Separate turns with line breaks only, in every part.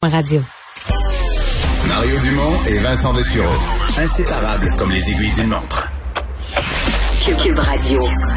Radio.
Mario Dumont et Vincent Dessureau. Inséparables comme les aiguilles d'une montre.
Cube Radio.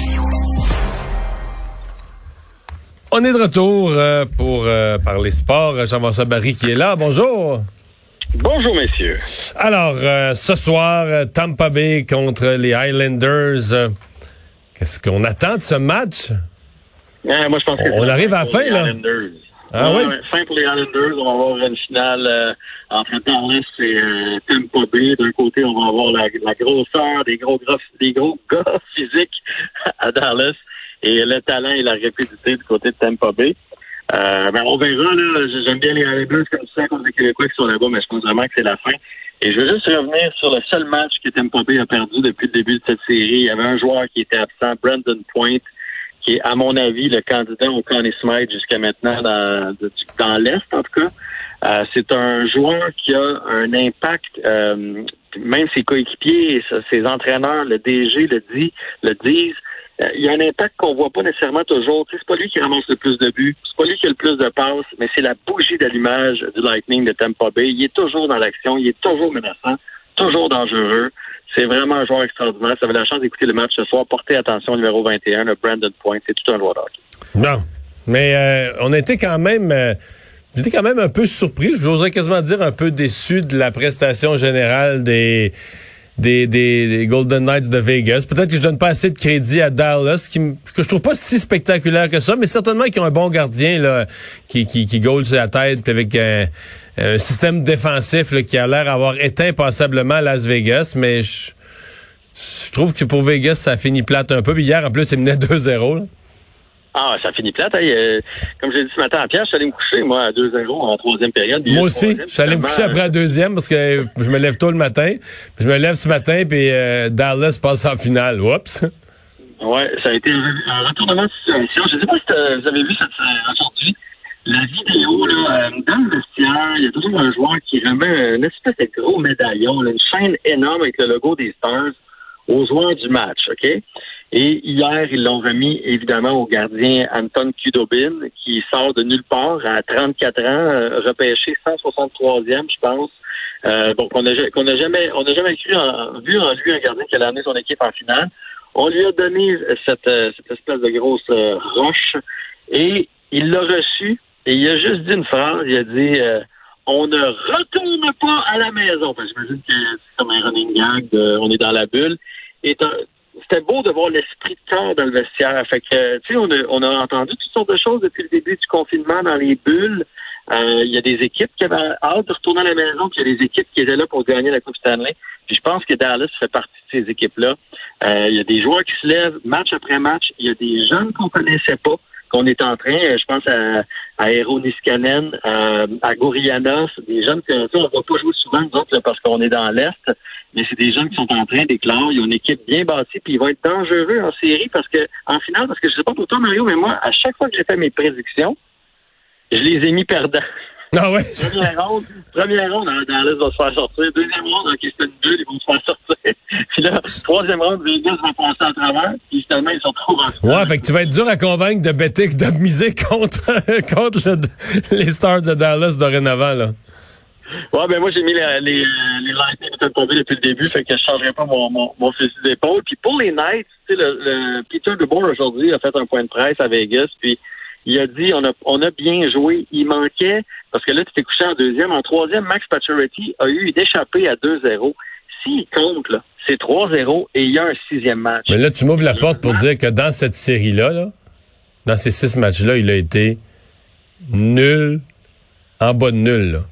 On est de retour pour parler sport. Jean-François Barry qui est là. Bonjour.
Bonjour, messieurs.
Alors, ce soir, Tampa Bay contre les Highlanders. Qu'est-ce qu'on attend de ce match?
Moi, je pense que
on arrive à la fin, là.
Highlanders.
Ah oui?
Fin pour les Highlanders. On va avoir une finale entre Dallas et Tampa Bay. D'un côté, on va avoir la grosseur des gros gars physiques à Dallas et le talent et la rapidité du côté de Tampa Bay. On verra, là. J'aime bien les Highlanders comme ça, contre les Québécois qui sont là-bas, mais je pense vraiment que c'est la fin. Et je veux juste revenir sur le seul match que Tampa Bay a perdu depuis le début de cette série. Il y avait un joueur qui était absent, Brandon Point, qui est, à mon avis, le candidat au Conn Smythe jusqu'à maintenant dans l'Est, en tout cas. C'est un joueur qui a un impact, même ses coéquipiers et ses entraîneurs, le DG le disent. Il y a un impact qu'on voit pas nécessairement toujours. Tu sais, c'est pas lui qui ramasse le plus de buts, c'est pas lui qui a le plus de passes, mais c'est la bougie d'allumage du Lightning de Tampa Bay. Il est toujours dans l'action, il est toujours menaçant, toujours dangereux. C'est vraiment un joueur extraordinaire. Si vous avez la chance d'écouter le match ce soir, portez attention au numéro 21, le Brandon Point. C'est tout un joueur d'hockey.
Non, mais on était quand même... J'étais quand même un peu surpris, j'oserais quasiment dire un peu déçu de la prestation générale des Golden Knights de Vegas. Peut-être que je donne pas assez de crédit à Dallas, que je trouve pas si spectaculaire que ça, mais certainement qu'ils ont un bon gardien là, qui goal sur la tête, puis avec un système défensif là, qui a l'air d'avoir éteint passablement Las Vegas, mais je trouve que pour Vegas, ça finit plate un peu. Puis hier, en plus, ils menaient 2-0. Là.
Ah, ça finit plate. Comme j'ai dit ce matin à Pierre, je suis allé me coucher, moi, à 2-0 en troisième période.
Moi aussi. Je suis allé me coucher après la deuxième parce que je me lève tôt le matin. Puis je me lève ce matin, puis Dallas passe en finale. Oups.
Ouais, ça a été un retournement de situation. Je ne sais pas si vous avez vu aujourd'hui. La vidéo, là, dans le vestiaire, il y a toujours un joueur qui remet une espèce de gros médaillon, là, une chaîne énorme avec le logo des Stars aux joueurs du match, OK? Et hier, ils l'ont remis, évidemment, au gardien Anton Khudobin, qui sort de nulle part à 34 ans, repêché 163e, je pense. Donc, on n'a jamais vu en lui un gardien qui allait amener son équipe en finale. On lui a donné cette espèce de grosse roche et il l'a reçu et il a juste dit une phrase, il a dit on ne retourne pas à la maison. Enfin, j'imagine que c'est comme un running gag, on est dans la bulle. Et c'était beau de voir l'esprit de corps dans le vestiaire. Fait que, tu sais, on a entendu toutes sortes de choses depuis le début du confinement dans les bulles. Il y a des équipes qui avaient hâte de retourner à la maison, puis il y a des équipes qui étaient là pour gagner la Coupe Stanley. Puis je pense que Dallas fait partie de ces équipes-là. Il y a des joueurs qui se lèvent match après match. Il y a des jeunes qu'on connaissait pas, qu'on est en train, je pense à Eero Niskanen, à Gurianov, des jeunes qu'on ne va pas jouer souvent, nous autres, là, parce qu'on est dans l'Est, mais c'est des jeunes qui sont en train d'éclore. Ils ont une équipe bien bâtie, puis ils vont être dangereux en série, en finale, parce que je sais pas pour toi, Mario, mais moi, à chaque fois que j'ai fait mes prédictions, je les ai mis perdants.
Ah ouais?
Première ronde, Dallas va se faire sortir. Deuxième ronde, OK, c'est une bulle, ils vont se faire sortir. Puis là, troisième ronde, Vegas va passer à travers. Puis finalement, ils sont trop en
Ouais, fait que tu vas être dur à convaincre de miser contre les Stars de Dallas dorénavant, là.
Ouais, ben moi, j'ai mis les Lightning qui sont tombés depuis le début, fait que je changerai pas mon fusil d'épaule. Puis pour les Knights, tu sais, le Peter DeBoer aujourd'hui a fait un point de presse à Vegas, puis il a dit on a bien joué. Il manquait, parce que là, tu t'es couché en deuxième. En troisième, Max Pacioretty a eu une échappée à 2-0. S'il compte, là, c'est 3-0 et il y a un sixième match.
Mais là, tu m'ouvres la porte pour dire que dans cette série-là, là, dans ces 6 matchs-là, il a été nul, en bas de nul, là.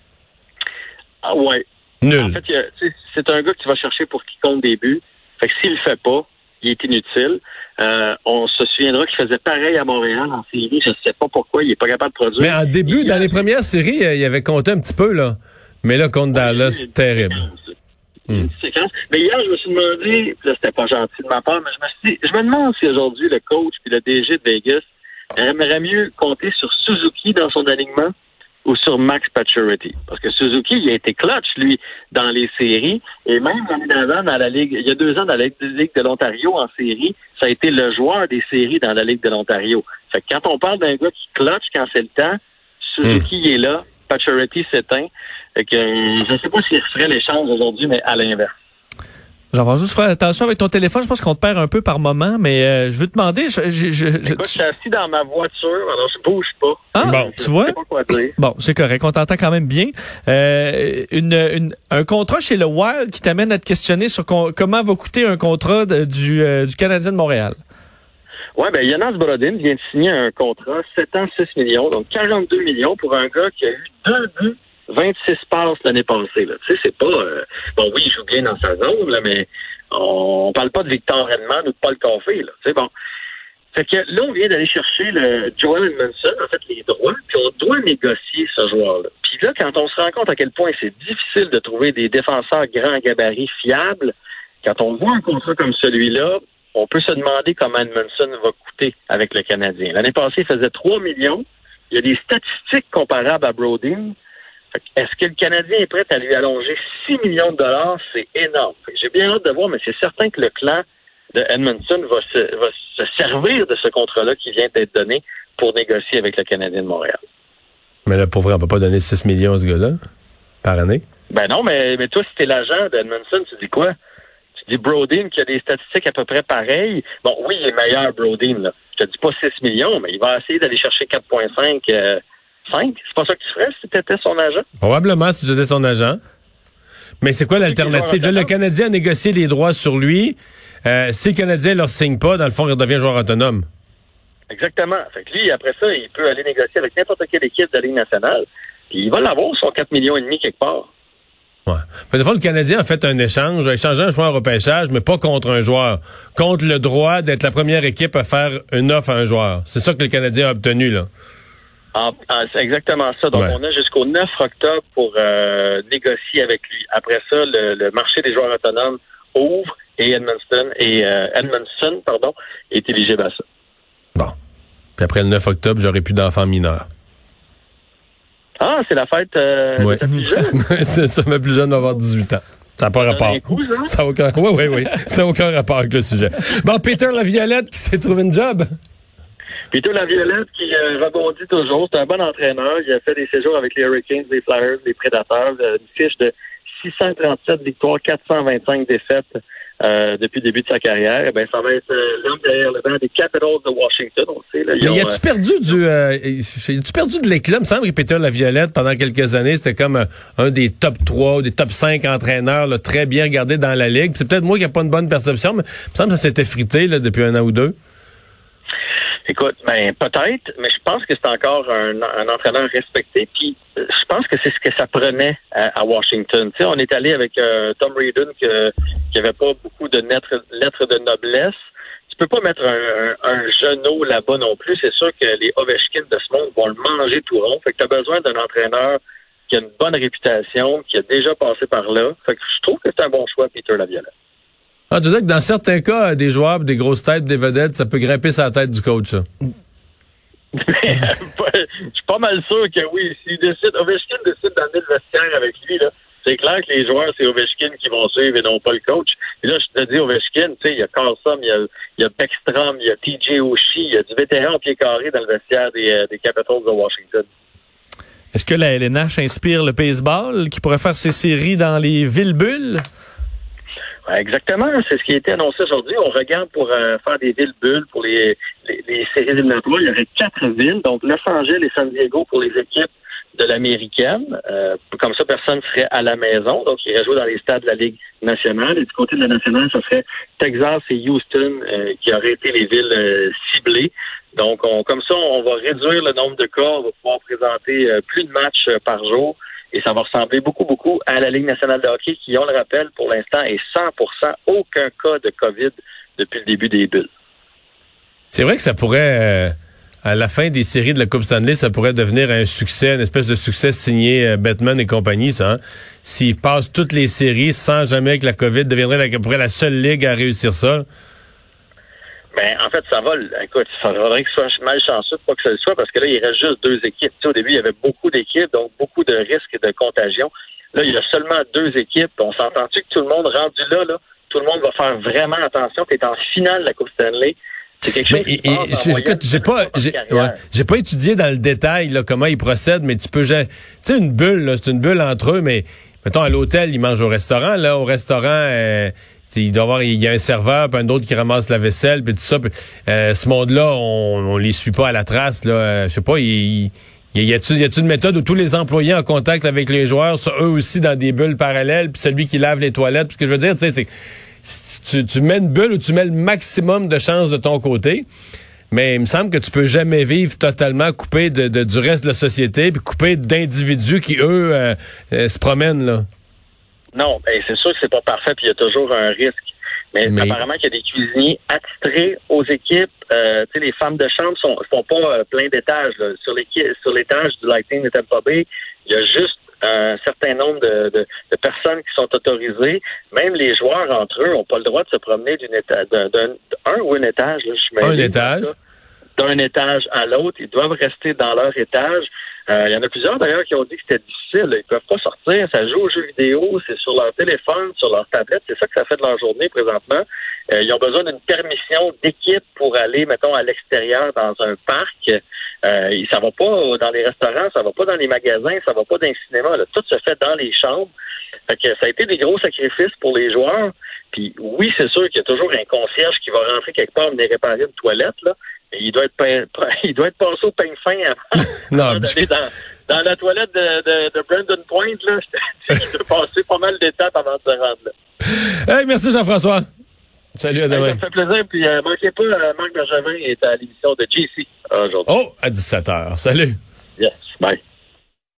Ah ouais.
Nul.
En fait, c'est un gars que tu vas chercher pour qu'il compte des buts. Fait que s'il le fait pas, il est inutile. On se souviendra qu'il faisait pareil à Montréal en série. Je ne sais pas pourquoi. Il est pas capable de produire.
Mais en début, dans les premières séries, il avait compté un petit peu, là. Mais là, contre Dallas, terrible.
Séquence. Mais hier, je me suis demandé, là, c'était pas gentil de ma part, mais je me demande si aujourd'hui le coach puis le DG de Vegas aimerait mieux compter sur Suzuki dans son alignement ou sur Max Pacioretty. Parce que Suzuki, il a été clutch, lui, dans les séries. Et même l'année d'avant, dans la Ligue, il y a 2 ans, dans la Ligue de l'Ontario en série, ça a été le joueur des séries dans la Ligue de l'Ontario. Fait que quand on parle d'un gars qui clutch quand c'est le temps, Suzuki est là. Pacioretty s'éteint. Fait que je ne sais pas s'il referait l'échange aujourd'hui, mais à l'inverse.
J'en juste faire attention avec ton téléphone. Je pense qu'on te perd un peu par moment, mais je veux te demander...
Écoute, je suis assis dans ma voiture, alors je bouge pas.
Ah, bon, tu vois?
Je sais pas quoi dire.
Bon, c'est correct. On t'entend quand même bien. Un contrat chez le Wild qui t'amène à te questionner sur comment va coûter un contrat du Canadien de Montréal.
Oui, ben Jonas Brodin vient de signer un contrat 7 ans, 6 millions, donc 42 millions pour un gars qui a eu 2 buts, 26 passes l'année passée. Là. Tu sais, c'est pas... bon, oui, il joue bien dans sa zone, là, mais on parle pas de Victor Hedman ou de Paul Coffey. Là. C'est bon. Fait que là, on vient d'aller chercher le Joel Edmondson, en fait, les droits, puis on doit négocier ce joueur-là. Puis là, quand on se rend compte à quel point c'est difficile de trouver des défenseurs grands gabarits fiables, quand on voit un contrat comme celui-là, on peut se demander comment Edmondson va coûter avec le Canadien. L'année passée, il faisait 3 millions. Il y a des statistiques comparables à Brodin. Est-ce que le Canadien est prêt à lui allonger 6 millions de dollars? C'est énorme. J'ai bien hâte de voir, mais c'est certain que le clan de Edmondson va se servir de ce contrat-là qui vient d'être donné pour négocier avec le Canadien de Montréal.
Mais là, pour vrai, on ne peut pas donner 6 millions à ce gars-là par année?
Ben non, mais toi, si t'es l'agent d'Edmondson, tu dis quoi? Tu dis Brodin qui a des statistiques à peu près pareilles. Bon, oui, il est meilleur, Brodin, là. Je te dis pas 6 millions, mais il va essayer d'aller chercher 4,5, 5. C'est pas ça que tu ferais si tu étais son agent? Probablement
si j'étais son agent. Mais c'est quoi l'alternative? Là, le Canadien a négocié les droits sur lui. Si le Canadien ne leur signe pas, dans le fond, il redevient joueur autonome.
Exactement. Fait que lui, après ça, il peut aller négocier avec n'importe quelle équipe de la Ligue nationale. Puis il va l'avoir, son 4,5 millions quelque part.
Ouais. Fait, de fois, le Canadien a fait un échange, a échangé un joueur au repêchage, mais pas contre un joueur. Contre le droit d'être la première équipe à faire une offre à un joueur. C'est ça que le Canadien a obtenu, là.
C'est exactement ça. Donc, on a jusqu'au 9 octobre pour négocier avec lui. Après ça, le marché des joueurs autonomes ouvre et Edmondson est éligible à ça.
Bon. Puis après le 9 octobre, j'aurai plus d'enfants mineurs.
Ah, c'est la fête de ta plus jeune?
C'est ça, ma plus jeune va avoir 18 ans. Ça n'a pas rapport. Ça n'a aucun... Oui. Ça n'a aucun rapport avec le sujet. Bon, Peter Laviolette qui s'est trouvé une job.
Peter Laviolette qui rebondit toujours. C'est un bon entraîneur. Il a fait des séjours avec les Hurricanes, les Flyers, les Prédateurs. Une fiche de 637 victoires, 425 défaites depuis le début de sa carrière. Eh bien, ça va être l'homme derrière le banc des Capitals de Washington. On sait, là,
mais as-tu perdu de l'éclat? Il me semble que Peter Laviolette, pendant quelques années, c'était comme un des top 3 ou des top 5 entraîneurs là, très bien regardés dans la Ligue. Puis c'est peut-être moi qui n'ai pas une bonne perception, mais il me semble que ça s'était frité là, depuis un an ou deux.
Écoute, peut-être, mais je pense que c'est encore un entraîneur respecté. Puis je pense que c'est ce que ça prenait à Washington. Tu sais, on est allé avec Tom Reardon qui avait pas beaucoup de lettres de noblesse. Tu peux pas mettre un genou là-bas non plus. C'est sûr que les Ovechkin de ce monde vont le manger tout rond. Fait que tu as besoin d'un entraîneur qui a une bonne réputation, qui a déjà passé par là. Fait que je trouve que c'est un bon choix, Peter Laviolette.
Ah, tu dis que dans certains cas, des joueurs, des grosses têtes, des vedettes, ça peut grimper sur la tête du coach, ça.
Je suis pas mal sûr que oui. Ovechkin décide d'amener le vestiaire avec lui, là. C'est clair que les joueurs, c'est Ovechkin qui vont suivre et non pas le coach. Et là, je te dis Ovechkin, tu sais, il y a Karlsson, il y a Beckstrom, il y a TJ Oshie, il y a du vétéran au pied carré dans le vestiaire des Capitals de Washington.
Est-ce que la LNH inspire le baseball qui pourrait faire ses séries dans les villes-bulles?
Exactement, c'est ce qui a été annoncé aujourd'hui. On regarde pour faire des villes-bulles pour les séries éliminatoires. Il y aurait 4 villes, donc Los Angeles et San Diego pour les équipes de l'américaine. Comme ça, personne serait à la maison. Donc, il irait jouer dans les stades de la Ligue nationale. Et du côté de la nationale, ce serait Texas et Houston qui auraient été les villes ciblées. Donc, comme ça, on va réduire le nombre de cas. On va pouvoir présenter plus de matchs par jour. Et ça va ressembler beaucoup à la Ligue nationale de hockey qui, on le rappelle, pour l'instant, est 100% aucun cas de COVID depuis le début des bulles.
C'est vrai que ça pourrait, à la fin des séries de la Coupe Stanley, ça pourrait devenir un succès, une espèce de succès signé Bettman et compagnie, ça. Hein? S'ils passent toutes les séries sans jamais que la COVID deviendrait à peu près la seule ligue à réussir ça.
Ben, en fait, ça va. Écoute, il faudrait que ce soit malchanceux pour pas que ça le soit, parce que là, il reste juste 2 équipes. Tu sais, au début, il y avait beaucoup d'équipes, donc beaucoup de risques de contagion. Là, il y a seulement 2 équipes. On s'entend-tu que tout le monde rendu là, tout le monde va faire vraiment attention. Tu es en finale de la Coupe Stanley. C'est quelque chose qui passe en moyenne,
j'ai pas étudié dans le détail là, comment ils procèdent, mais tu peux, tu sais, une bulle, là, c'est une bulle entre eux, mais mettons à l'hôtel, ils mangent au restaurant. Là, au restaurant, il y a un serveur, puis un autre qui ramasse la vaisselle, puis tout ça. Puis, ce monde-là, on les suit pas à la trace. Là, je sais pas, y a-t-il une méthode où tous les employés en contact avec les joueurs sont eux aussi dans des bulles parallèles, puis celui qui lave les toilettes. Puis ce que je veux dire, tu sais, c'est tu mets une bulle où tu mets le maximum de chances de ton côté. Mais il me semble que tu peux jamais vivre totalement coupé du reste de la société, puis coupé d'individus qui, eux, se promènent, là.
Non, c'est sûr que c'est pas parfait, puis il y a toujours un risque. Mais apparemment qu'il y a des cuisiniers attitrés aux équipes. Tu sais, les femmes de chambre font pas plein d'étages. Là. Sur l'étage du Lightning de Tampa Bay, il y a juste un certain nombre de personnes qui sont autorisées. Même les joueurs entre eux n'ont pas le droit de se promener d'un ou un étage. Là,
un étage?
D'un étage à l'autre. Ils doivent rester dans leur étage. Il y en a plusieurs d'ailleurs qui ont dit que c'était difficile. Ils peuvent pas sortir, ça joue aux jeux vidéo, c'est sur leur téléphone, sur leur tablette. C'est ça que ça fait de leur journée présentement. Ils ont besoin d'une permission d'équipe pour aller, mettons, à l'extérieur dans un parc. Ça va pas dans les restaurants, ça va pas dans les magasins, ça va pas dans les cinémas. Là. Tout se fait dans les chambres. Fait que ça a été des gros sacrifices pour les joueurs. Puis oui, c'est sûr qu'il y a toujours un concierge qui va rentrer quelque part venir réparer une toilette, là. Mais il doit être passé au peigne fin avant d'aller dans la toilette de Brandon Point, là. Il doit passer pas mal d'étapes avant de se rendre là.
Hey, merci Jean-François. Salut, à demain.
Ça me fait plaisir. Puis manquez pas, Marc Bergevin est à l'émission de JC aujourd'hui.
Oh, à 17h. Salut.
Yes, bye.